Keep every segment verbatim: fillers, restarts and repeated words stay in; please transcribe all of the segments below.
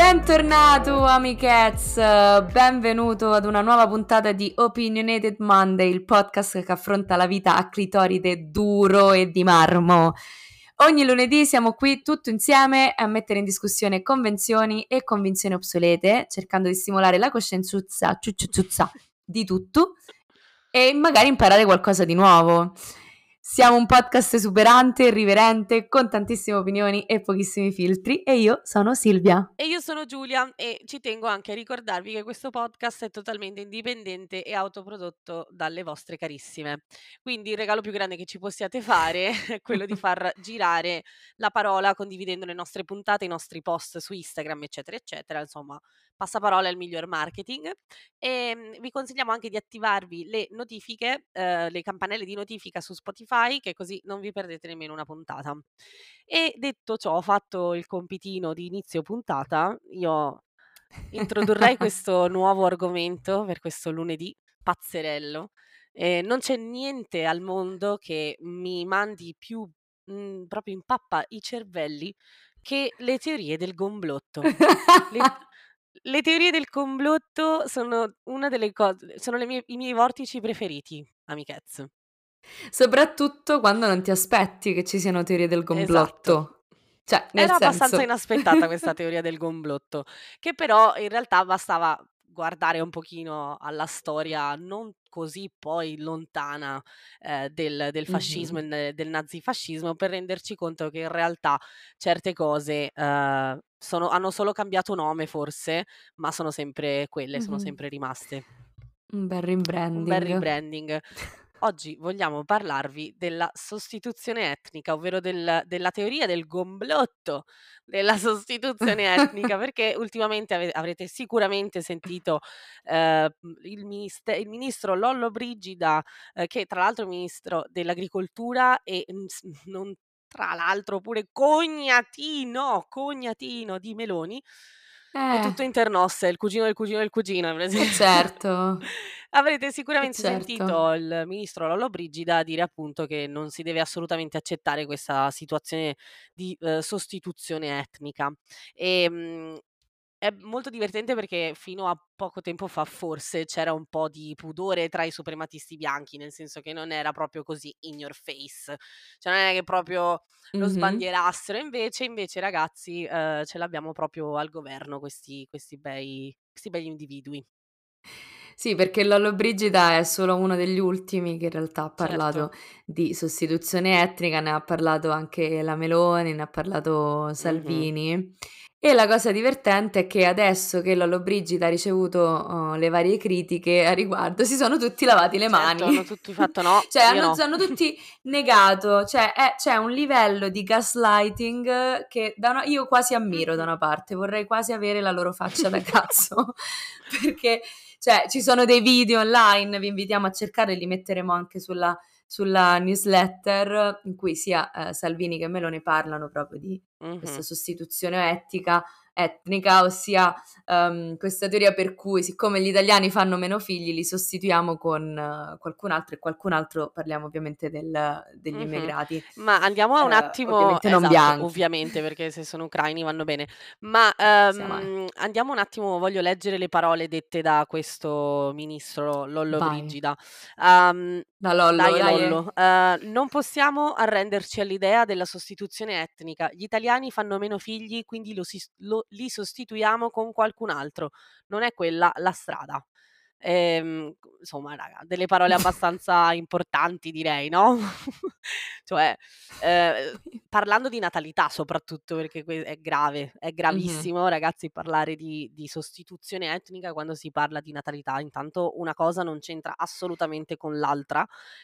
Bentornato amichezz, benvenuto ad una nuova puntata di Opinionated Monday, il podcast che affronta la vita a clitoride duro e di marmo. Ogni lunedì siamo qui tutti insieme a mettere in discussione convenzioni e convinzioni obsolete, cercando di stimolare la coscienza ciucciucciuzza di tutto e magari imparare qualcosa di nuovo. Siamo un podcast esuberante, irriverente, con tantissime opinioni e pochissimi filtri, e io sono Silvia. E io sono Giulia e ci tengo anche a ricordarvi che questo podcast è totalmente indipendente e autoprodotto dalle vostre carissime. Quindi il regalo più grande che ci possiate fare è quello di far girare la parola condividendo le nostre puntate, i nostri post su Instagram, eccetera, eccetera. Insomma, passaparola è il miglior marketing. E mm, vi consigliamo anche di attivarvi le notifiche, eh, le campanelle di notifica su Spotify, che così non vi perdete nemmeno una puntata. E detto ciò, fatto il compitino di inizio puntata, io introdurrei questo nuovo argomento per questo lunedì pazzerello. Eh, non c'è niente al mondo che mi mandi più mm, proprio in pappa i cervelli che le teorie del gomblotto. Le, le teorie del complotto sono una delle cose, sono le mie- i miei vortici preferiti, amichezze. Soprattutto quando non ti aspetti che ci siano teorie del Esatto. complotto. Cioè, nel Era abbastanza senso... inaspettata questa teoria del complotto, che però in realtà bastava guardare un pochino alla storia non così poi lontana eh, del, del fascismo Mhm. e del nazifascismo per renderci conto che in realtà certe cose eh, sono- hanno solo cambiato nome forse, ma sono sempre quelle, sono Mhm. sempre rimaste. Un bel Un bel rebranding. rebranding. Oggi vogliamo parlarvi della sostituzione etnica, ovvero del- della teoria del gomblotto della sostituzione etnica, perché ultimamente ave- avrete sicuramente sentito eh, il, ministe- il ministro Lollobrigida, eh, che tra l'altro è ministro dell'agricoltura e mm, s- non tra l'altro pure cognatino, cognatino di Meloni. È Eh, tutto internos, è il cugino del cugino del cugino, è e presente? certo, Avrete e sicuramente certo. sentito il ministro Lollobrigida dire appunto che non si deve assolutamente accettare questa situazione di eh, sostituzione etnica. E, mh, è molto divertente perché fino a poco tempo fa forse c'era un po' di pudore tra i suprematisti bianchi, nel senso che non era proprio così in your face, cioè non è che proprio lo Mhm. sbandierassero, invece, invece ragazzi eh, ce l'abbiamo proprio al governo questi, questi bei, questi begli individui. Sì, perché Lollobrigida è solo uno degli ultimi che in realtà ha Certo. parlato di sostituzione etnica, ne ha parlato anche la Meloni, ne ha parlato Mhm. Salvini. E la cosa divertente è che adesso che Lollobrigida ha ricevuto oh, le varie critiche a riguardo, si sono tutti lavati le Certo, mani. hanno tutti fatto no, Cioè, io hanno, no. hanno tutti negato, cioè è- c'è un livello di gaslighting che da una- io quasi ammiro da Mh-mh. una parte, vorrei quasi avere la loro faccia da cazzo, perché cioè, ci sono dei video online, vi invitiamo a cercarli, li metteremo anche sulla, sulla newsletter, in cui sia eh, Salvini che Meloni parlano proprio di questa Mh-mh. sostituzione etica, etnica, ossia ehm, questa teoria per cui siccome gli italiani fanno meno figli li sostituiamo con eh, qualcun altro, e qualcun altro parliamo ovviamente del- degli Mh-mh. immigrati, Ma andiamo un eh, attimo, ovviamente non esatto, bianchi, ovviamente perché se sono ucraini vanno bene, ma, sia mai. ehm, andiamo un attimo, voglio leggere le parole dette da questo ministro Vai, Lollobrigida. Uhm, da Lollo, dai dai. eh. Lollo, ehm, non possiamo arrenderci all'idea della sostituzione etnica. Gli italiani fanno meno figli, quindi lo sis lo li sostituiamo con qualcun altro. Non è quella la strada. Ehm, insomma raga, delle parole abbastanza importanti direi, no, cioè, ehm, parlando di natalità soprattutto perché que è grave, è Mhm. gravissimo ragazzi parlare di di sostituzione etnica quando si parla di natalità. Intanto una cosa non c'entra assolutamente con l'altra,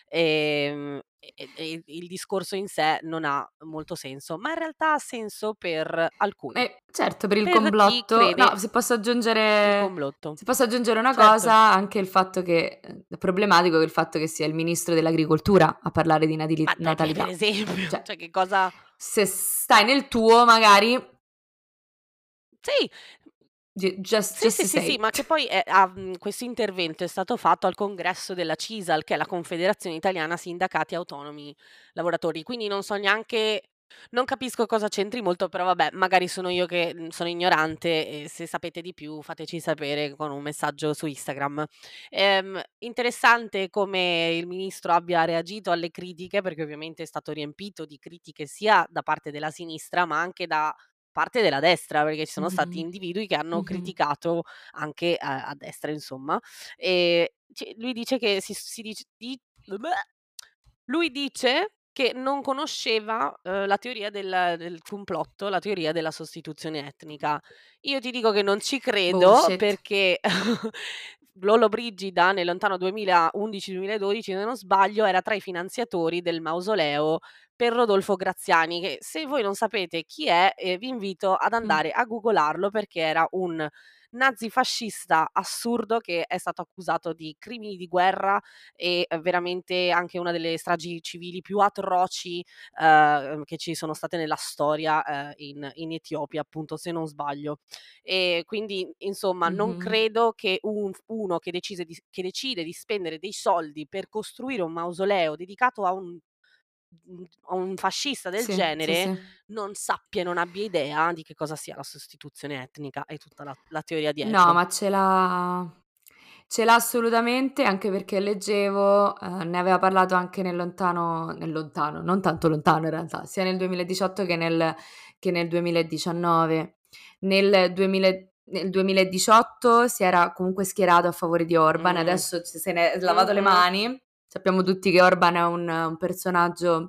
ehm, e e il discorso in sé non ha molto senso, ma in realtà ha senso per alcuni. Eh, certo, per il Per chi complotto, no, crede se posso il aggiungere, complotto. se posso aggiungere una Certo. cosa, anche il fatto che eh, è problematico che il fatto che sia il ministro dell'agricoltura a parlare di natili- Ma dai, per per natalità. esempio, Cioè, cioè che cosa se stai nel tuo, magari sì, ju- just, sì, just sì, to sì, sì, say. ma che poi è ha mhmm, questo intervento è stato fatto al congresso della CISAL, che è la Confederazione Italiana Sindacati Autonomi Lavoratori, quindi non so neanche Non capisco cosa c'entri molto, però vabbè, magari sono io che, mhmm, sono ignorante e se sapete di più fateci sapere con un messaggio su Instagram. Ehm, interessante come il ministro abbia reagito alle critiche, perché ovviamente è stato riempito di critiche sia da parte della sinistra, ma anche da parte della destra, perché ci sono stati Mh-mh. individui che hanno Mh-mh. criticato anche a a destra insomma. Ehm, ci lui dice che si si dic di lui dice che non conosceva, uhm, la teoria del del complotto, la teoria della sostituzione etnica. Io ti dico che non ci credo Bullshit. perché Lollobrigida nel lontano duemilaundici, duemiladodici, se non sbaglio, era tra i finanziatori del mausoleo per Rodolfo Graziani, che se voi non sapete chi è, ehm, vi invito ad Mh. andare a googlarlo perché era un nazifascista assurdo che è stato accusato di crimini di guerra e eh, veramente anche una delle stragi civili più atroci, ehm, che ci sono state nella storia, ehm, in in Etiopia, appunto, se non sbaglio. E quindi, insomma, non Mh-mh. credo che un f uno che decise di s che decide di spendere dei soldi per costruire un mausoleo dedicato a un mhmm, a un fascista del Sì, sì, genere, sì. non sappia e non abbia idea di che cosa sia la sostituzione etnica e tutta la la teoria No, dietro. ma ce l'ha ce l'ha assolutamente, anche perché leggevo, ehm, ne aveva parlato anche nel lontano nel lontano, non tanto lontano in realtà, sia nel duemiladiciotto che nel che nel duemiladiciannove. Nel duemile nel duemiladiciotto si era comunque schierato a favore di Orban, Mh. adesso c se n'è lavato le Mh-mh. mani. Sappiamo tutti che Orban è un un personaggio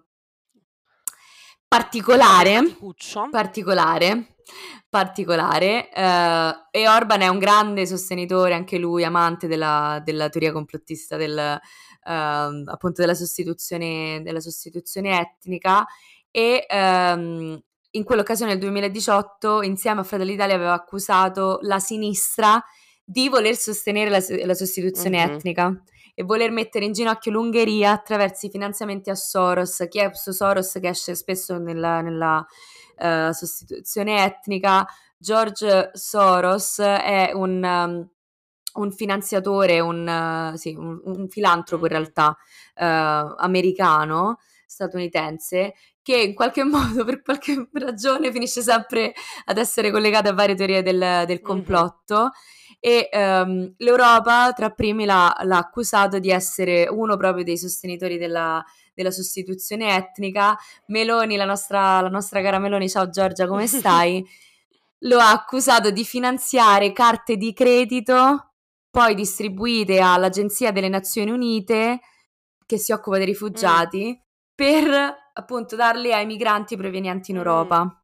particolare, Simpaticuccio. particolare, particolare, ehm, e Orban è un grande sostenitore anche lui, amante della della teoria complottista del ehm, appunto della sostituzione della sostituzione etnica e, ehm, in quell'occasione nel duemiladiciotto insieme a Fratelli d'Italia aveva accusato la sinistra di voler sostenere la s la sostituzione Mh-mh. etnica e voler mettere in ginocchio l'Ungheria attraverso i finanziamenti a Soros. Chi è questo Soros che esce spesso nella, nella uh, sostituzione etnica? George Soros è un, um, un finanziatore, un, uh, sì, un, un filantropo in Mh-mh. realtà uh, americano, statunitense, che in qualche modo, per qualche ragione, finisce sempre ad essere collegato a varie teorie del, del Mh-mh. complotto e um, l'Europa tra primi l'ha, l'ha accusato di essere uno proprio dei sostenitori della, della sostituzione etnica. Meloni, la nostra, la nostra cara Meloni, ciao Giorgia, come stai? Lo ha accusato di finanziare carte di credito poi distribuite all'Agenzia delle Nazioni Unite che si occupa dei Mh. rifugiati per appunto darli ai migranti provenienti in Mh. Europa.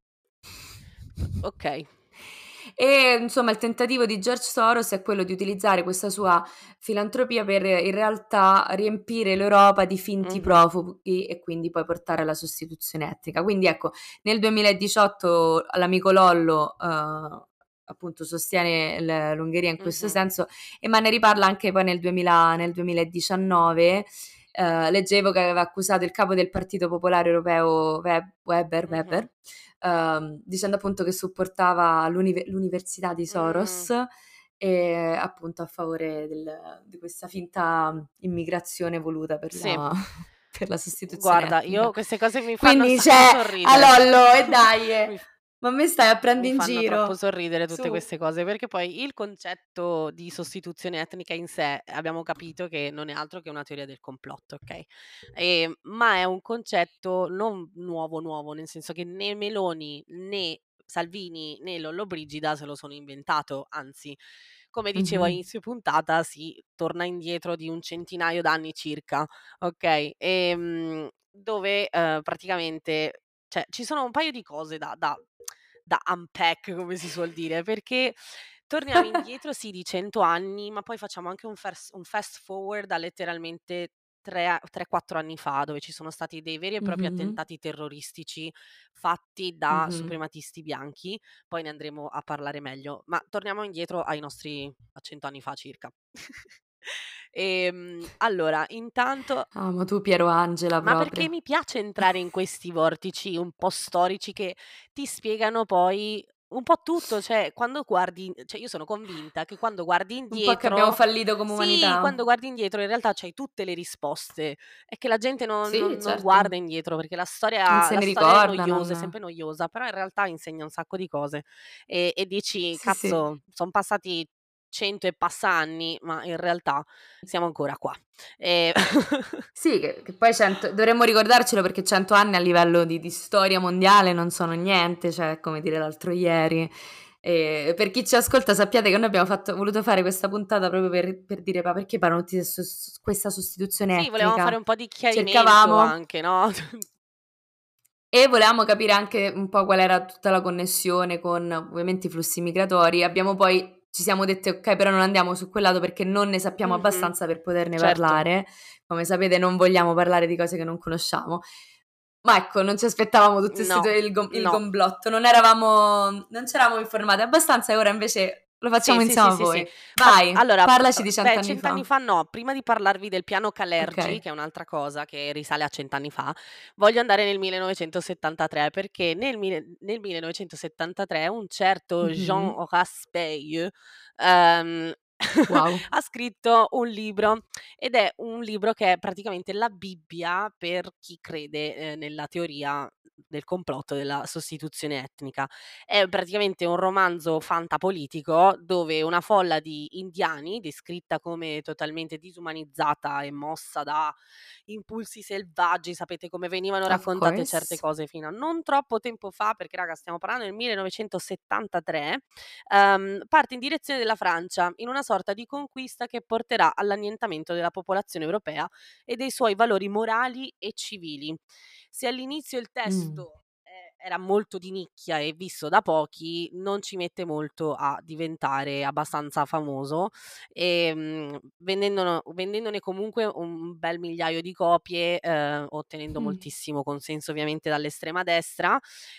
Okay. E insomma il tentativo di George Soros è quello di utilizzare questa sua filantropia per in realtà riempire l'Europa di finti Mh-mh. profughi e quindi poi portare alla sostituzione etnica. Quindi ecco, nel duemiladiciotto l'amico Lollo eh, appunto sostiene l- l'Ungheria in questo Mh-mh. senso, e ma ne riparla anche poi nel, duemila, nel duemiladiciannove. Eh, leggevo che aveva accusato il capo del Partito Popolare Europeo Web- Weber, Mh-mh. Weber ehm, dicendo appunto che supportava l'unive- l'università di Mh. Soros e appunto a favore del- di questa finta immigrazione voluta per Sì. la, per la sostituzione Guarda, etnica. io queste cose mi fanno un Quindi sacco c'è a sorridere. Lollo e dai, eh, Mi f ma me stai a prendere Mi in fanno troppo giro. sorridere tutte Su. queste cose, perché poi il concetto di sostituzione etnica in sé abbiamo capito che non è altro che una teoria del complotto, okay, ehm, ma è un concetto non nuovo, nuovo, nel senso che né Meloni, né Salvini, né Lollobrigida se lo sono inventato, anzi, come dicevo a Mhm, inizio puntata, si torna indietro di un centinaio d'anni circa, okay, ehm, dove, ehm, praticamente cioè ci sono un paio di cose da da da unpack, come si suol dire, perché torniamo indietro sì di cento anni, ma poi facciamo anche un fers un fast forward a letteralmente tre a tre, quattro anni fa, dove ci sono stati dei veri e propri mhm, attentati terroristici fatti da mhm. suprematisti bianchi, poi ne andremo a parlare meglio, ma torniamo indietro ai nostri a cento anni fa circa. Ehm, allora intanto Amo tu Piero Angela ma perché proprio. mi piace entrare in questi vortici un po' storici che ti spiegano poi un po' tutto, cioè quando guardi cioè io sono convinta che quando guardi Un po' che abbiamo indietro fallito come sì, quando umanità. guardi indietro in realtà c'hai tutte le risposte. È che la gente non Sì, non non guarda certo. indietro perché la Non storia se la ne storia è ricorda, noiosa, è non sempre noiosa, però in realtà insegna un sacco di cose e e dici: sì, sì. "Cazzo, son passati cento e passa anni, ma in realtà siamo ancora qua". Ehm Sì, che che poi cento dovremmo ricordarcelo perché cento anni a livello di di storia mondiale non sono niente, cioè è come dire l'altro ieri. Ehm, per chi ci ascolta sappiate che noi abbiamo fatto voluto fare questa puntata proprio per per dire: "Ma perché parlano tutti di sos s questa sostituzione Sì, volevamo fare etnica?" un po' di chiarimento Cercavamo anche, no? e volevamo capire anche un po' qual era tutta la connessione con, ovviamente, i flussi migratori. Abbiamo poi ci siamo dette: "Okay, però non andiamo su quel lato perché non ne sappiamo Mh-mh. abbastanza per poterne Certo. parlare." Come sapete non vogliamo parlare di cose che non conosciamo. Ma ecco, non ci aspettavamo tutte 'ste No, due il gom il no. gomblotto, non eravamo non c'eravamo informate abbastanza e ora invece lo Sì, facciamo sì, sì, insieme a sì, sì. voi. Fa Vai, allora, p parlaci uhm, di cento beh, anni cento anni fa. fa no, prima di parlarvi del piano Kalergi, Okay. che è un'altra cosa che risale a cento anni fa, voglio andare nel millenovecentosettantatré perché nel mille nel millenovecentosettantatré un certo Mh-mh. Jean Raspail, ehm, Wow. ha scritto un libro ed è un libro che è praticamente la Bibbia per chi crede, ehm, nella teoria del complotto della sostituzione etnica. È praticamente un romanzo fantapolitico dove una folla di indiani, descritta come totalmente disumanizzata e mossa da impulsi selvaggi, sapete come venivano Of raccontate certe course. cose fino a non troppo tempo fa, perché raga stiamo parlando del millenovecentosettantatré, ehm, parte in direzione della Francia, in una sorta di conquista che porterà all'annientamento della popolazione europea e dei suoi valori morali e civili. Se all'inizio il Mh. testo, ehm, era molto di nicchia e visto da pochi, non ci mette molto a diventare abbastanza famoso, ehm, vendendono vendendone comunque un bel migliaio di copie, ehm, ottenendo Mh. moltissimo consenso ovviamente dall'estrema destra.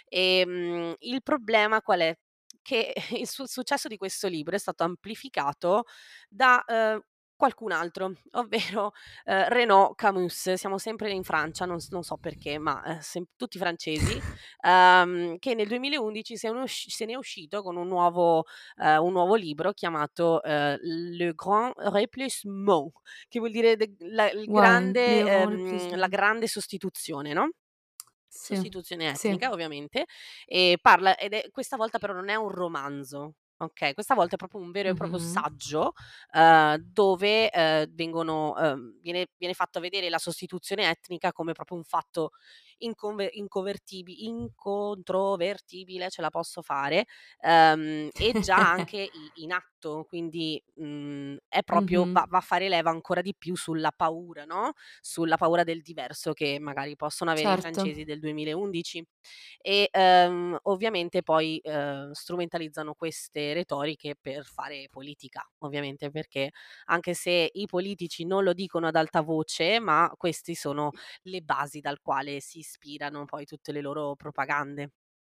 Ehm, il problema qual è? Che il su successo di questo libro è stato amplificato da, ehm, qualcun altro, ovvero ehm, Renaud Camus, siamo sempre in Francia, non s non so perché, ma, ehm, sem tutti francesi, ehm, che nel duemilaundici se ne è usci se ne è uscito con un nuovo ehm, un nuovo libro chiamato, ehm, Le Grand Remplacement, che vuol dire de la il Why? grande Le ehm, la Remplacement. grande sostituzione, no? Sì, Sostituzione sì. etnica ovviamente, e parla ed è questa volta però non è un romanzo, okay, questa volta è proprio un vero e proprio Mh-mh. saggio, uhm, dove, ehm, vengono uhm, viene viene fatto vedere la sostituzione etnica come proprio un fatto inconve incovertibi incontrovertibile, ce la posso fare, ehm, e già anche i in atto, quindi, mhmm, è proprio Mh-mh. va va a fare leva ancora di più sulla paura, no, sulla paura del diverso che magari possono avere i Certo. francesi del duemilaundici e, ehm, ovviamente poi, ehm, strumentalizzano queste retoriche per fare politica, ovviamente, perché anche se i politici non lo dicono ad alta voce, ma questi sono le basi dal quale si ispirano poi tutte le loro propagande.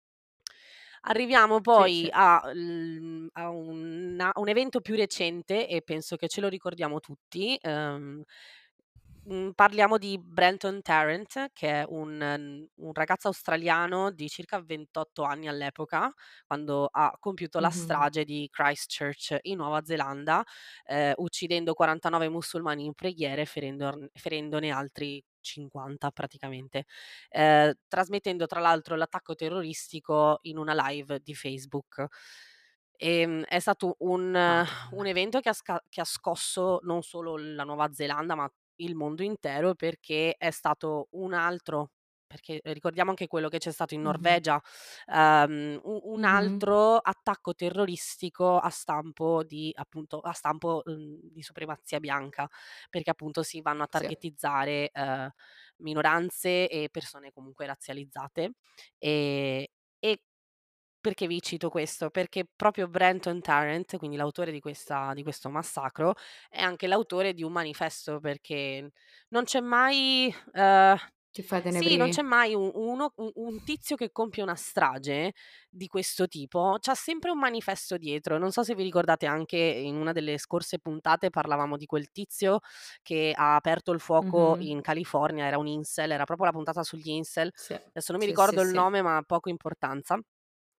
Arriviamo Sì, poi sì. a l a una un evento più recente e penso che ce lo ricordiamo tutti, ehm, mhmm, parliamo di Brenton Tarrant, che è un n un ragazzo australiano di circa ventotto anni all'epoca, quando ha compiuto la Mh-mh. strage di Christchurch in Nuova Zelanda, ehm, uccidendo quarantanove musulmani in preghiera e ferendorn ferendone altri cinquanta praticamente, ehm, trasmettendo tra l'altro l'attacco terroristico in una live di Facebook. Ehm, è stato un un Madonna. evento che ha sca che ha scosso non solo la Nuova Zelanda, ma il mondo intero perché è stato un altro perché ricordiamo anche quello che c'è stato in Mh-mh. Norvegia, ehm, u un Mh-mh. altro attacco terroristico a stampo di appunto a stampo, uhm, di supremazia bianca, perché appunto si vanno a Sì. targetizzare, ehm, minoranze e persone comunque razzializzate. Ehm, e perché vi cito questo? Perché proprio Brenton Tarrant, quindi l'autore di questa di questo massacro, è anche l'autore di un manifesto, perché non c'è mai ehm, Che fate nei sì, non c'è primi? mai u uno u un tizio che compie una strage di questo tipo, c'ha sempre un manifesto dietro. Non so se vi ricordate anche in una delle scorse puntate parlavamo di quel tizio che ha aperto il fuoco Mh-mh. in California, era un incel, era proprio la puntata sugli incel. Sì. Adesso non mi Sì, sì, ricordo il sì. nome, ma ha poco importanza.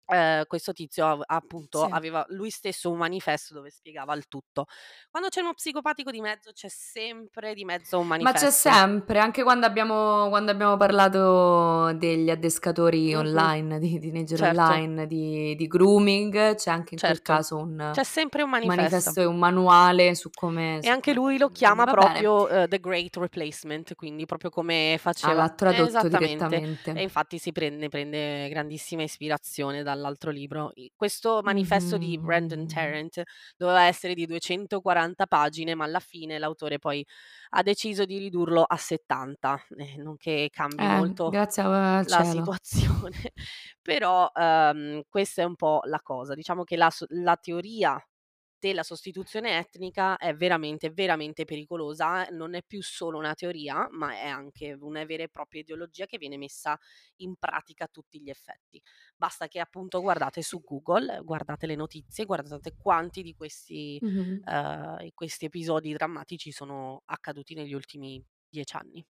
ehm, questo tizio av appunto Sì. aveva lui stesso un manifesto dove spiegava il tutto. Quando c'è uno psicopatico di mezzo, c'è sempre di mezzo un Ma c'è manifesto. sempre, anche quando abbiamo quando abbiamo parlato degli adescatori Mh-mh. online, di teenager Certo, online, di di grooming, c'è anche in quel certo. caso un C'è sempre un manifesto. manifesto e un manuale su come E su anche come fare lui i lo grooming. chiama Va bene. proprio, uhm, The Great Replacement, quindi proprio come Ah, faceva l'ha tradotto esattamente. E direttamente. infatti si prende prende grandissima ispirazione dall'altro libro. I questo manifesto di Brandon Mh-mh. Tarrant doveva essere di duecentoquaranta pagine, ma alla fine l'autore poi ha deciso di ridurlo a settanta, eh, non che cambi Eh, molto grazie a al la cielo. situazione, però, uhm, questa è un po' la cosa. Diciamo che la s la teoria della sostituzione etnica è veramente, veramente pericolosa, non è più solo una teoria, ma è anche una vera e propria ideologia che viene messa in pratica a tutti gli effetti. Basta che appunto guardate Sì. su Google, guardate le notizie, guardate quanti di questi, Mh-mh. ehm, questi episodi drammatici sono accaduti negli ultimi dieci anni.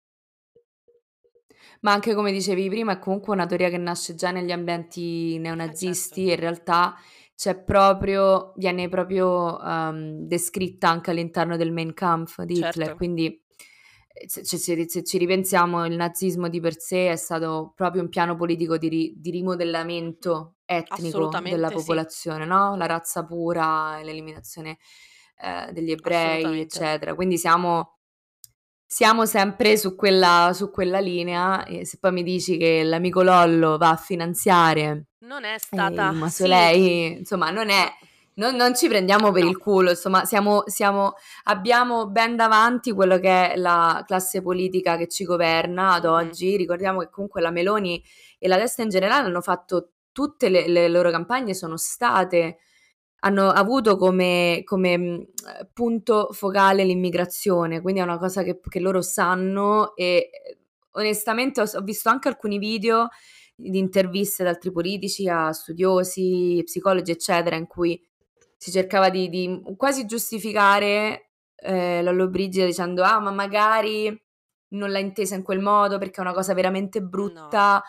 Ma anche come dicevi prima, è comunque una teoria che nasce già negli ambienti Eh certo, neonazisti e in realtà c'è proprio viene proprio, uhm, descritta anche all'interno del Mein Kampf di Hitler, certo, quindi, ehm, se se ci ri se ci ripensiamo il nazismo di per sé è stato proprio un piano politico di ri di rimodellamento etnico della assolutamente sì, popolazione, no, la razza pura, l'eliminazione, ehm, degli ebrei, assolutamente. eccetera. Quindi siamo siamo sempre su quella su quella linea e se poi mi dici che l'amico Lollo va a finanziare, Non è ehm, stata i sì, mausolei, insomma non è no, non non ci prendiamo per no, il culo, insomma siamo siamo abbiamo ben davanti quello che è la classe politica che ci governa ad mh-mh, oggi. Ricordiamo che comunque la Meloni e la destra in generale hanno fatto tutte le le loro campagne sono state hanno avuto come come, mhmm, ehm, punto focale l'immigrazione, quindi è una cosa che p che loro sanno e, ehm, onestamente ho s ho visto anche alcuni video di interviste ad altri politici, a studiosi, psicologi, eccetera, in cui si cercava di di, mhmm, quasi giustificare, ehm, Lollobrigida dicendo: "Ah, ma magari non l'ha intesa in quel modo perché è una cosa veramente no, brutta".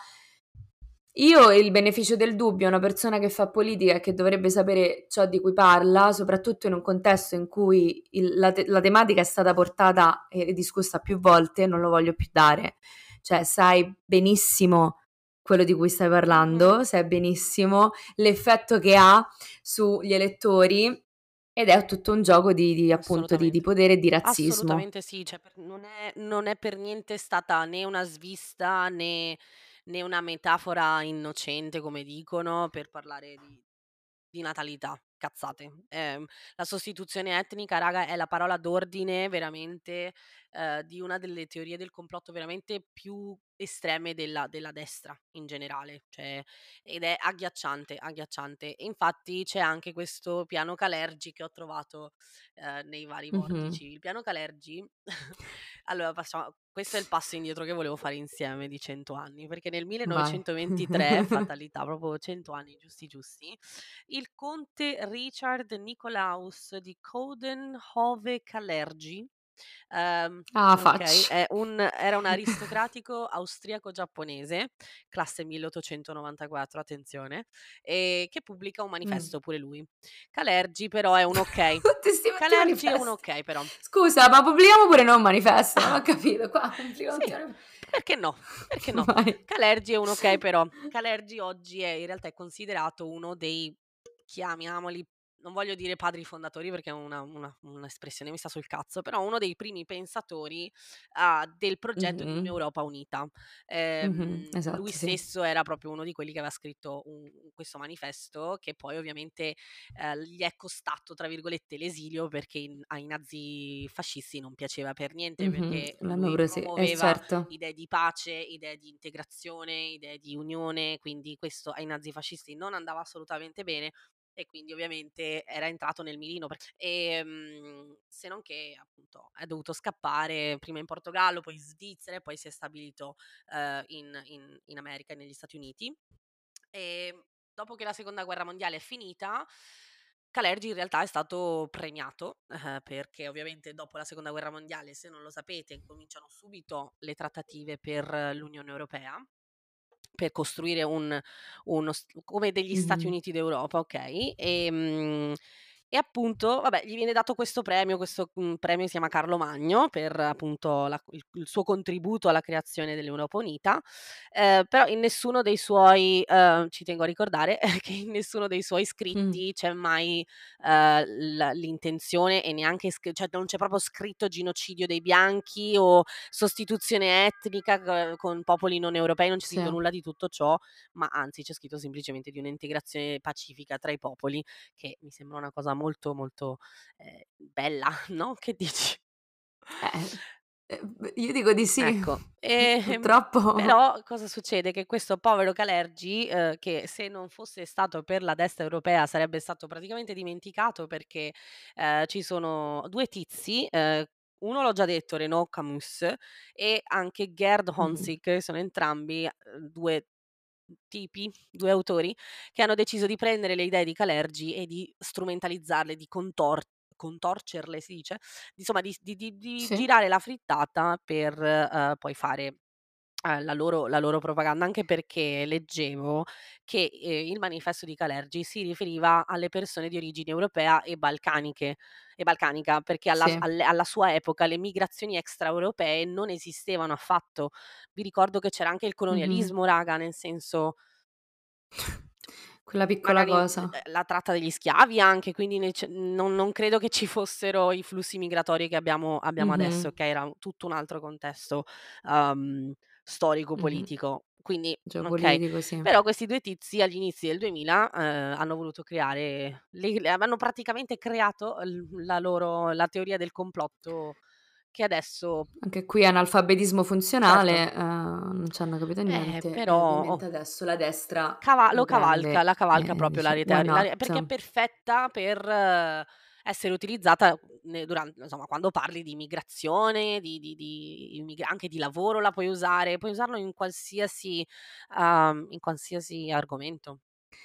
Io il beneficio del dubbio a una persona che fa politica e che dovrebbe sapere ciò di cui parla, soprattutto in un contesto in cui il la te la tematica è stata portata e discussa più volte, non lo voglio più dare. Cioè, sai benissimo quello di cui stai mh-mh. parlando, sai benissimo l'effetto che ha sugli elettori ed è tutto un gioco di di appunto di di Assolutamente. potere e di razzismo. Assolutamente sì, cioè per non è non è per niente stata né una svista né né una metafora innocente, come dicono, per parlare di di natalità. Cazzate. Ehm, la sostituzione etnica, raga, è la parola d'ordine veramente, ehm, di una delle teorie del complotto veramente più estreme della della destra in generale, cioè ed è agghiacciante, agghiacciante. E infatti c'è anche questo piano Kalergi che ho trovato, ehm, nei vari Mh-mh. vortici. Il piano Kalergi allora passiamo questo è il passo indietro che volevo fare insieme di cento anni, perché nel Vai. millenovecentoventitré, fatalità, proprio cento anni giusti giusti, il conte Richard Nicolaus di Coudenhove-Kalergi, ehm, Ah, okay, facci. è un era un aristocratico austriaco-giapponese, classe milleottocentonovantaquattro, attenzione, ehm, che pubblica un Mh. manifesto pure lui. Kalergi però è un okay. Tutti 'sti tutti i Kalergi è un manifesti. okay però. Scusa, ma pubblichiamo pure noi un manifesto, non ho capito, qua pubblichiamo tutti Sì, i manif perché no? Perché no? vai. Calergi è un okay però. Calergi oggi è in realtà è considerato uno dei, chiamiamoli, non voglio dire padri fondatori perché è una una un'espressione mi sta sul cazzo, però uno dei primi pensatori, a del progetto di Mh-mh. un'Europa unita. Mh-mh. Ehm, lui Esatto, sì. stesso era proprio uno di quelli che aveva scritto un questo manifesto che poi ovviamente, ehm, gli è costato, tra virgolette, "l'esilio" perché i n ai nazifascisti non piaceva per niente, Mh-mh. perché L'hanno lui presi eh promuoveva certo. idee di pace, idee di integrazione, idee di unione, quindi questo ai nazifascisti non andava assolutamente bene e quindi ovviamente era entrato nel mirino per ehm, se non che appunto è dovuto scappare prima in Portogallo, poi in Svizzera e poi si è stabilito, ehm, in in in America e negli Stati Uniti. Ehm, dopo che la seconda guerra mondiale è finita, Kalergi in realtà è stato premiato, eh, perché ovviamente dopo la seconda guerra mondiale, se non lo sapete, incominciano subito le trattative per l'Unione Europea per costruire un uno st come degli Stati Mh-mh. Uniti d'Europa, okay, ehm, e appunto, vabbè, gli viene dato questo premio, questo, mhmm, premio si chiama Carlo Magno per appunto la il il suo contributo alla creazione dell'Europa unita, ehm, però in nessuno dei suoi ehm, ci tengo a ricordare che in nessuno dei suoi Mh. scritti c'è mai, ehm, l l'intenzione e neanche sc cioè non c'è proprio scritto genocidio dei bianchi o sostituzione etnica c con popoli non europei, non c'è scritto Sì. nulla di tutto ciò, ma anzi c'è scritto semplicemente di un'integrazione pacifica tra i popoli, che mi sembra una cosa molto, molto, ehm, bella, no, che dici? Eh, ehm, b io dico di sì. Ecco, ehm, Purtroppo però cosa succede? Che questo povero Kalergi, uhm, che se non fosse stato per la destra europea sarebbe stato praticamente dimenticato perché, ehm, ci sono due tizi, ehm, uno l'ho già detto, Renaud Camus e anche Gerd Mh-mh. Honzik, sono entrambi, uhm, due tipi, due autori che hanno deciso di prendere le idee di Kalergi e di strumentalizzarle, di contor contorcerle si dice? Insomma di s di di di Sì. girare la frittata per, uhm, poi fare, ehm, la loro la loro propaganda, anche perché leggevo che, ehm, il manifesto di Kalergi si riferiva alle persone di origine europea e balcaniche e balcanica, perché alla s Sì. alle alla sua epoca le migrazioni extraeuropee non esistevano affatto. Vi ricordo che c'era anche il Mh-mh. colonialismo raga, nel senso Quella piccola magari, l cosa. ehm, la tratta degli schiavi anche, quindi nec non non credo che ci fossero i flussi migratori che abbiamo abbiamo adesso, Mh-mh. okay, era un tutto un altro contesto, uhm, storico, Mh-mh. politico. Quindi okay, Geopolitico, sì. però questi due tizi agli inizi del duemila, uhm, hanno voluto creare le le hanno praticamente creato l la loro la teoria del complotto che adesso Anche qui analfabetismo certo. funzionale, uhm, non c'hanno capito Eh, niente e però ovviamente oh adesso la destra cava lo lo cavalca, prende la cavalca e proprio la dice: rete "Why la re perché è not?" perfetta per essere utilizzata ne duran insomma quando parli di migrazione, di di di immigra anche di lavoro la puoi usare, puoi usarlo in qualsiasi uhm, in qualsiasi argomento.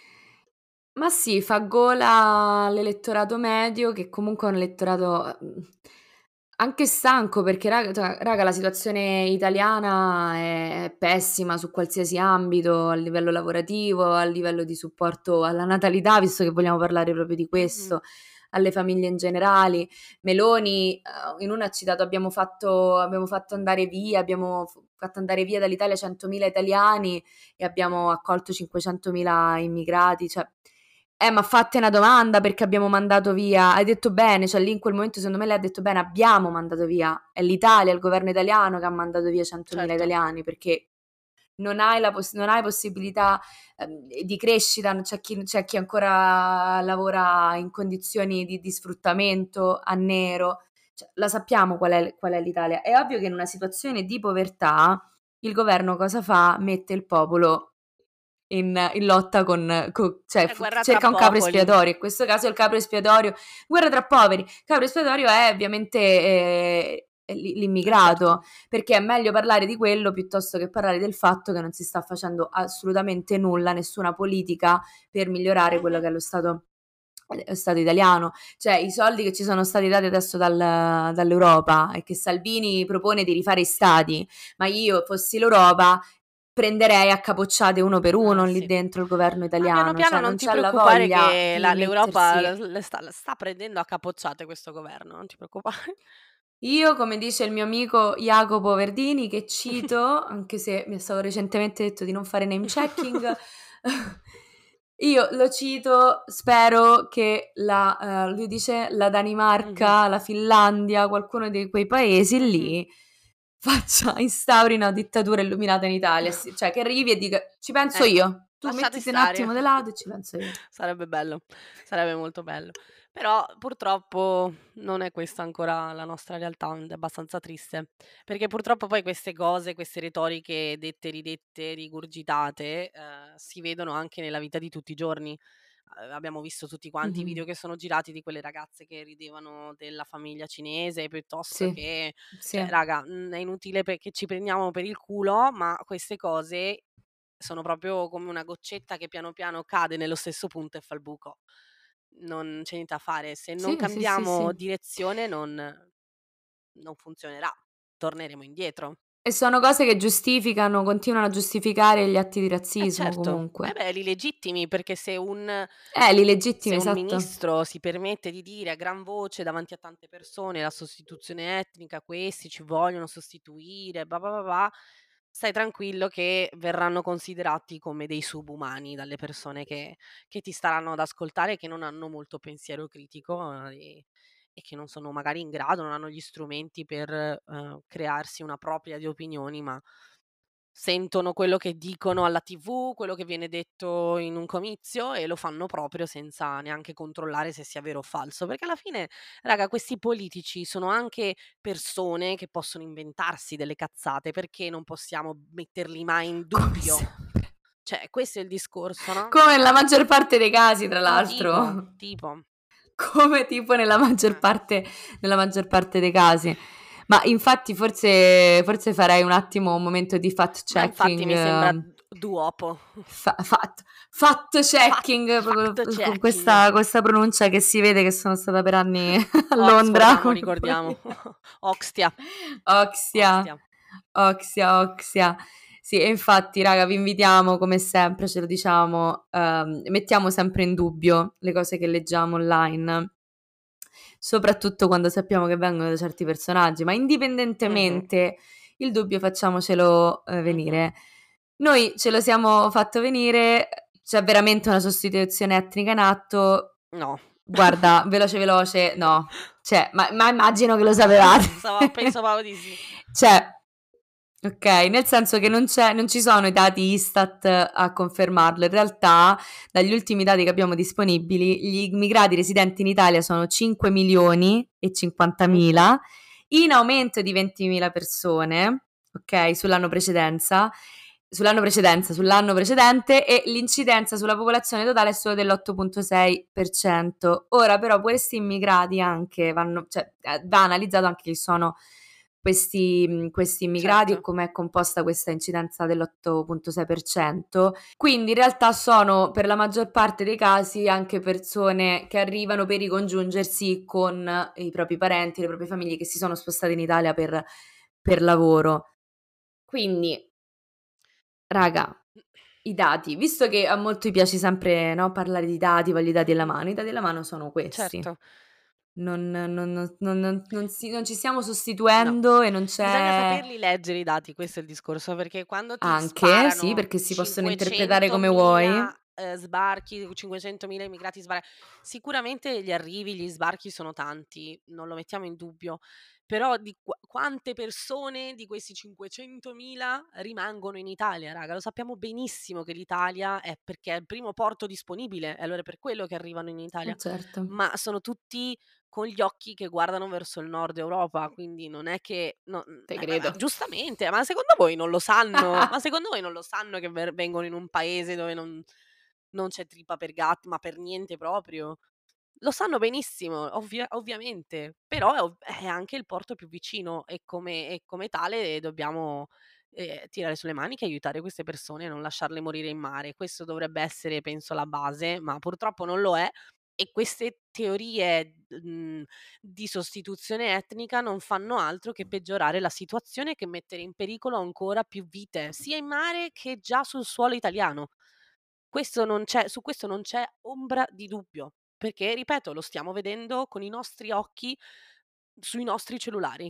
Ma sì, fa gola all'elettorato medio che comunque è un elettorato, uhm, anche stanco perché raga cioè raga la situazione italiana è è pessima su qualsiasi ambito, a livello lavorativo, a livello di supporto alla natalità, visto che vogliamo parlare proprio di Mh-mh. questo, alle famiglie in generali. Meloni, uhm, in una ha citato: "Abbiamo fatto abbiamo fatto andare via abbiamo f fatto andare via dall'Italia centomila italiani e abbiamo accolto cinquecentomila immigrati", cioè eh, ma fatti una domanda perché abbiamo mandato via hai detto bene, cioè lì in quel momento secondo me lei ha detto bene: "Abbiamo mandato via". È l'Italia, è il governo italiano che ha mandato via centomila Certo. italiani, perché non hai la poss non hai possibilità, ehm, di crescita, n c'è chi c'è chi ancora lavora in condizioni di di sfruttamento a nero, cioè la sappiamo qual è l qual è l'Italia. È ovvio che in una situazione di povertà il governo cosa fa? Mette il popolo in in lotta con co cioè È f guerra tra cerca un capro popoli. espiatorio, in questo caso il capro espiatorio guerra tra poveri, capro espiatorio è ovviamente, ehm, l'i Eh certo. l'immigrato, perché è meglio parlare di quello piuttosto che parlare del fatto che non si sta facendo assolutamente nulla, nessuna politica per migliorare quello Mh-mh. che è lo stato lo Stato italiano. Cioè i soldi che ci sono stati dati adesso dal dall'Europa e che Salvini propone di rifare i stati, ma io fossi l'Europa prenderei a capocciate uno per Eh uno lì sì. dentro il governo Ma piano italiano, piano cioè non non ti c'è la preoccupare voglia che di la l'Europa mettersi l le sta la sta prendendo a capocciate questo governo, non ti preoccupare. Io, come dice il mio amico Jacopo Verdini, che cito, anche se mi è stato recentemente detto di non fare name checking, io lo cito, spero che la ehm, lui dice: "La Mh-mh. Danimarca, la Finlandia, qualcuno di quei paesi Mh-mh. lì faccia instauri una dittatura illuminata in Italia", sì, cioè che arrivi e dica: "Ci penso Ecco, io, tu lasciate mettiti un stare. attimo de lato e ci penso io". Sarebbe bello, sarebbe molto bello. Però purtroppo non è questa ancora la nostra realtà ed è abbastanza triste, perché purtroppo poi queste cose, queste retoriche dette, ridette, rigurgitate, ehm, si vedono anche nella vita di tutti i giorni. Uhm, abbiamo visto tutti quanti i Mh-mh. video che sono girati di quelle ragazze che ridevano della famiglia cinese, piuttosto Sì, che sì. cioè raga, mhmm, è inutile pe che ci prendiamo per il culo, ma queste cose sono proprio come una goccetta che piano piano cade nello stesso punto e fa il buco. Non c'è niente da fare, se non Sì, sì, sì, cambiamo sì. direzione non non funzionerà, torneremo indietro. E sono cose che giustificano, continuano a giustificare gli atti di Eh razzismo certo, eh comunque. beh, li legittimi perché se un Eh, li se legittimi, un esatto. ministro si permette di dire a gran voce davanti a tante persone la sostituzione etnica, questi ci vogliono sostituire, ba ba ba ba, stai tranquillo che verranno considerati come dei subumani dalle persone che che ti staranno ad ascoltare e che non hanno molto pensiero critico, e e che non sono magari in grado, non hanno gli strumenti per, ehm, crearsi una propria di opinioni, ma sentono quello che dicono alla T V, quello che viene detto in un comizio e lo fanno proprio senza neanche controllare se sia vero o falso. Perché alla fine, raga, questi politici sono anche persone che possono inventarsi delle cazzate, perché non possiamo metterli mai in Come dubbio? sempre. Cioè, questo è il discorso, no? Come nella maggior parte dei casi, tra Ma tipo, l'altro. tipo. Come tipo nella maggior Eh. parte nella maggior parte dei casi. Ma infatti forse forse farei un attimo un momento di fact Ma infatti checking, mi sembra ehm, d duopo. fa fact fact Fact checking proprio fact con checking. questa questa pronuncia che si vede che sono stata per anni a Oxford, Londra amo, come ricordiamo. politica. Oxtia. Oxia, Oxtia. Oxia, Oxia. Sì, e infatti raga vi invitiamo come sempre, ce lo diciamo, ehm, mettiamo sempre in dubbio le cose che leggiamo online, soprattutto quando sappiamo che vengono da certi personaggi, ma Mh-mh, indipendentemente il dubbio facciamocelo, ehm, mh-mh. venire. Noi ce lo siamo fatto venire, c'è veramente una sostituzione etnica in atto. No. Guarda, veloce veloce, no. Cioè, ma ma immagino che lo sapevate. Pensava pensavamo di sì. Cioè, okay, nel senso che non c'è non ci sono i dati Istat a confermarlo. In realtà, dagli ultimi dati che abbiamo disponibili, gli immigrati residenti in Italia sono cinque milioni e Mh-mh. cinquantamila, in aumento di ventimila persone, okay, sull'anno precedenza sull'anno precedenza sull'anno precedente, e l'incidenza sulla popolazione totale è solo dell'otto virgola sei per cento. Ora però questi immigrati anche vanno cioè, ehm, va analizzato anche chi sono questi mhmm, questi immigrati e Certo. com'è composta questa incidenza dell'otto virgola sei per cento. Quindi in realtà sono, per la maggior parte dei casi, anche persone che arrivano per ricongiungersi con i propri parenti, le proprie famiglie che si sono spostate in Italia per per lavoro. Quindi raga, i dati, visto che a molti piace sempre, no, parlare di dati, voglio i dati alla mano, i dati alla mano sono questi. Certo. Non non non non non non si non ci stiamo No. sostituendo e non Bisogna c'è saperli leggere i dati, questo è il discorso, perché quando ti anche, sì, sparano perché si possono interpretare come vuoi. cinquecentomila, ehm, sbarchi, cinquecentomila immigrati sbar sicuramente gli arrivi, gli sbarchi sono tanti, non lo mettiamo in dubbio, però di qua quante persone di questi cinquecentomila rimangono in Italia, raga? Lo sappiamo benissimo che l'Italia è perché è il primo porto disponibile, e allora è per quello che arrivano in Eh Italia, certo. ma sono tutti con gli occhi che guardano verso il nord Europa, quindi non è che no mhmm, Te eh, ma credo. ma giustamente, ma secondo voi non lo sanno? Ma secondo voi non lo sanno che ver vengono in un paese dove non non c'è trippa per gatti, ma per niente proprio? Lo sanno benissimo, ovvia ovviamente, però è ov è anche il porto più vicino, e come e come tale dobbiamo, ehm, tirare sulle maniche e aiutare queste persone e non lasciarle morire in mare. Questo dovrebbe essere, penso, la base, ma purtroppo non lo è, e queste teorie, mhmm, di sostituzione etnica non fanno altro che peggiorare la situazione, che mettere in pericolo ancora più vite, sia in mare che già sul suolo italiano. Questo non c'è Su questo non c'è ombra di dubbio, perché ripeto, lo stiamo vedendo con i nostri occhi sui nostri cellulari.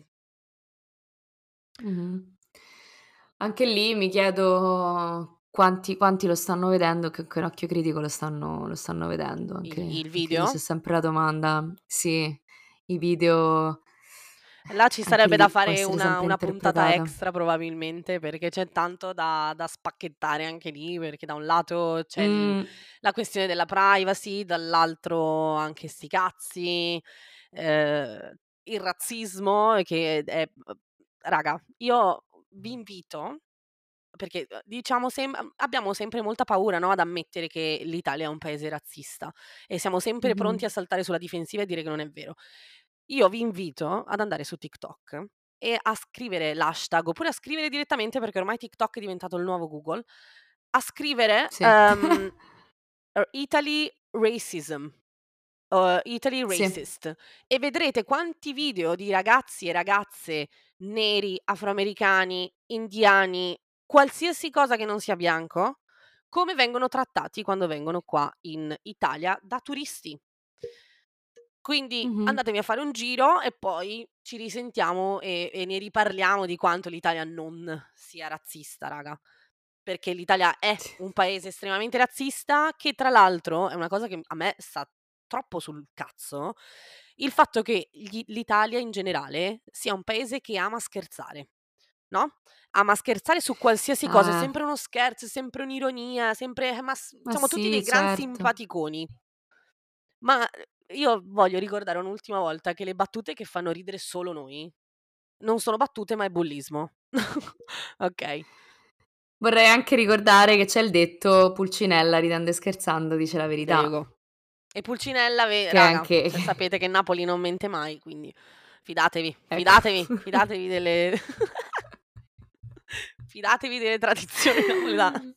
Mh-mh. Anche lì mi chiedo quanti quanti lo stanno vedendo, che con occhio critico lo stanno lo stanno vedendo. Il Anche il anche lì c'è video? sempre la domanda. Sì, i video, Là ci anche sarebbe da lì può fare essere una sempre una puntata interpretata. extra probabilmente, perché c'è tanto da da spacchettare anche lì, perché da un lato c'è il Mh, la questione della privacy, dall'altro anche 'sti cazzi, ehm, il razzismo che è b raga, io vi invito, perché, uhm, diciamo sem ab abbiamo sempre molta paura, no, ad ammettere che l'Italia è un paese razzista, e siamo sempre mh-mh. pronti a saltare sulla difensiva e dire che non è vero. Io vi invito ad andare su TikTok e a scrivere l'hashtag, oppure a scrivere direttamente, perché ormai TikTok è diventato il nuovo Google, a scrivere, Sì. ehm, uhm, Italy racism, uhm, Italy Sì. racist, e vedrete quanti video di ragazzi e ragazze neri, afroamericani, indiani, qualsiasi cosa che non sia bianco, come vengono trattati quando vengono qua in Italia da turisti. Quindi Mh-mh. andatevi a fare un giro e poi ci risentiamo e e ne riparliamo di quanto l'Italia non sia razzista, raga. Perché l'Italia è un paese estremamente razzista, che tra l'altro è una cosa che a me sta troppo sul cazzo, il fatto che gli l'Italia in generale sia un paese che ama scherzare, no, ama scherzare su qualsiasi cosa, è Ah. sempre uno scherzo, è sempre un'ironia, sempre eh, ma s Ma siamo tutti sì, dei gran certo. simpaticoni. Ma, uhm, io voglio ricordare un'ultima volta che le battute che fanno ridere solo noi, non sono battute ma è bullismo. Okay. Vorrei anche ricordare che c'è il detto: "Pulcinella ridendo e scherzando dice la verità", Prego. E Pulcinella ve che è raga, anche cioè sapete che Napoli non mente mai, quindi fidatevi, ecco. fidatevi, fidatevi delle fidatevi delle tradizioni napoletane.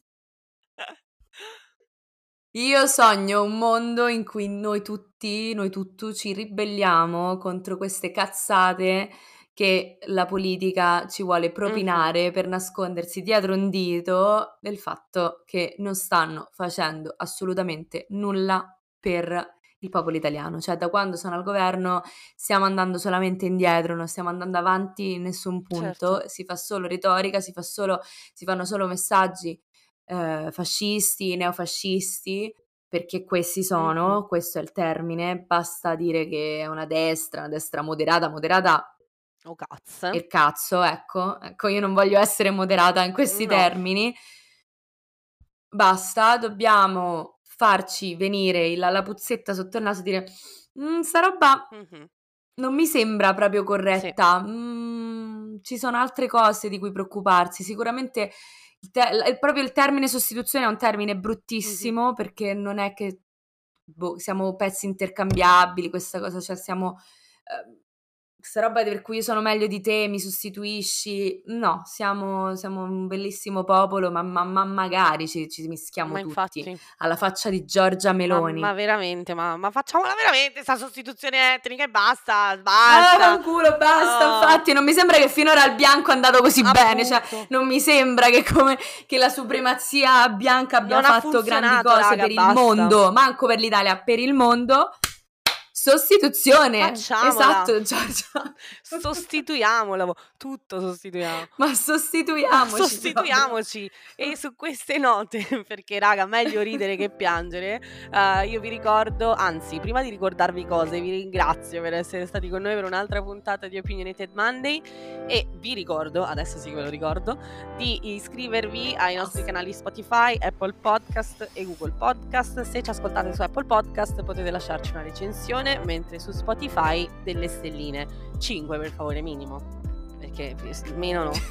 Io sogno un mondo in cui noi tutti, noi tuttu, ci ribelliamo contro queste cazzate che la politica ci vuole Mh-mh. propinare per nascondersi dietro un dito del fatto che non stanno facendo assolutamente nulla per il popolo italiano. Cioè, da quando sono al governo stiamo andando solamente indietro, non stiamo andando avanti in nessun Certo. punto, si fa solo retorica, si fa solo si fanno solo messaggi ehm, fascisti, neofascisti, perché questi Mh-mh. sono, questo è il termine, basta dire che è una destra, una destra moderata, moderata Oh cazzo. il cazzo, ecco, ecco io non voglio essere moderata in questi No. termini. Basta, dobbiamo farci venire il la puzzetta sotto il naso e dire: "Mhmm, sta roba Mh-mh. non mi sembra proprio Sì. corretta, mhmm, ci sono altre cose di cui preoccuparsi." Sicuramente il te l proprio il termine sostituzione è un termine Mh-mh. bruttissimo, perché non è che, boh, siamo pezzi intercambiabili, questa cosa, cioè siamo ehm, sta roba per cui io sono meglio di te, mi sostituisci, no, siamo siamo un bellissimo popolo, ma ma ma magari ci ci mischiamo Ma tutti, infatti. alla faccia di Giorgia Ma ma Meloni. veramente, ma ma facciamola veramente 'sta sostituzione etnica e basta, Ma basta. vaffanculo, basta, Oh, infatti non mi sembra che finora al bianco è andato così bene, cioè appunto. non mi sembra che come che la supremazia bianca abbia Non ha fatto grandi funzionato cose raga, per il basta. mondo, manco per l'Italia, per il mondo. Sostituzione, Facciamola. esatto Giorgia. Sostituiamola, mo tutto sostituiamo. Ma Ma sostituiamoci proprio. sostituiamoci. E su queste note, perché raga meglio ridere che piangere, uhm, io vi ricordo anzi, prima di ricordarvi cose, vi ringrazio per essere stati con noi per un'altra puntata di Opinionated Monday e vi ricordo, adesso sì che ve lo ricordo, di iscrivervi ai nostri canali Spotify, Apple Podcast e Google Podcast. Se ci ascoltate su Apple Podcast potete lasciarci una recensione, mentre su Spotify delle stelline, cinque per favore minimo, perché meno no.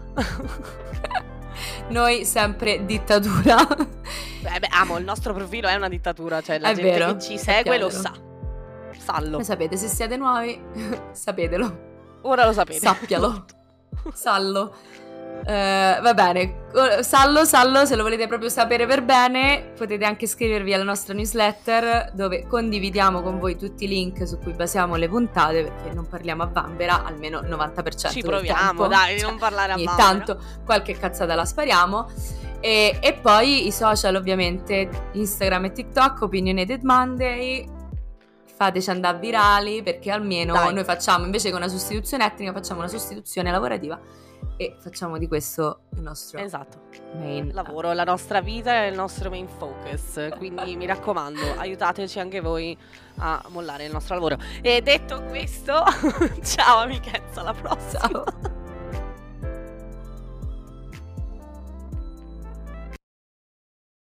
Noi sempre dittatura. Eh beh, amo, il nostro profilo è una dittatura, cioè la È gente vero, che ci è segue lo chiaro. sa. Sallo. Lo sapete, se siete nuovi sapetelo. Ora lo sapete. Sappialo. Sallo. Ehm, va bene, o sallo, sallo, se lo volete proprio sapere per bene, potete anche iscrivervi alla nostra newsletter, dove condividiamo con voi tutti i link su cui basiamo le puntate, perché non parliamo a vanvera, almeno il novanta per cento Ci del proviamo, tempo. dai, di Cioè, non parlare a ogni vanvera. tanto qualche cazzata la spariamo. E, e poi i social, ovviamente, Instagram e TikTok, Opinionated Monday. Fateci andare virali, perché almeno Dai. noi facciamo, invece che una sostituzione etnica, facciamo una sostituzione lavorativa e facciamo di questo il nostro Esatto. main Lavoro, la nostra vita è il nostro main focus, quindi mi raccomando, aiutateci anche voi a mollare il nostro lavoro. E detto questo, ciao amichezza, alla prossima. Ciao.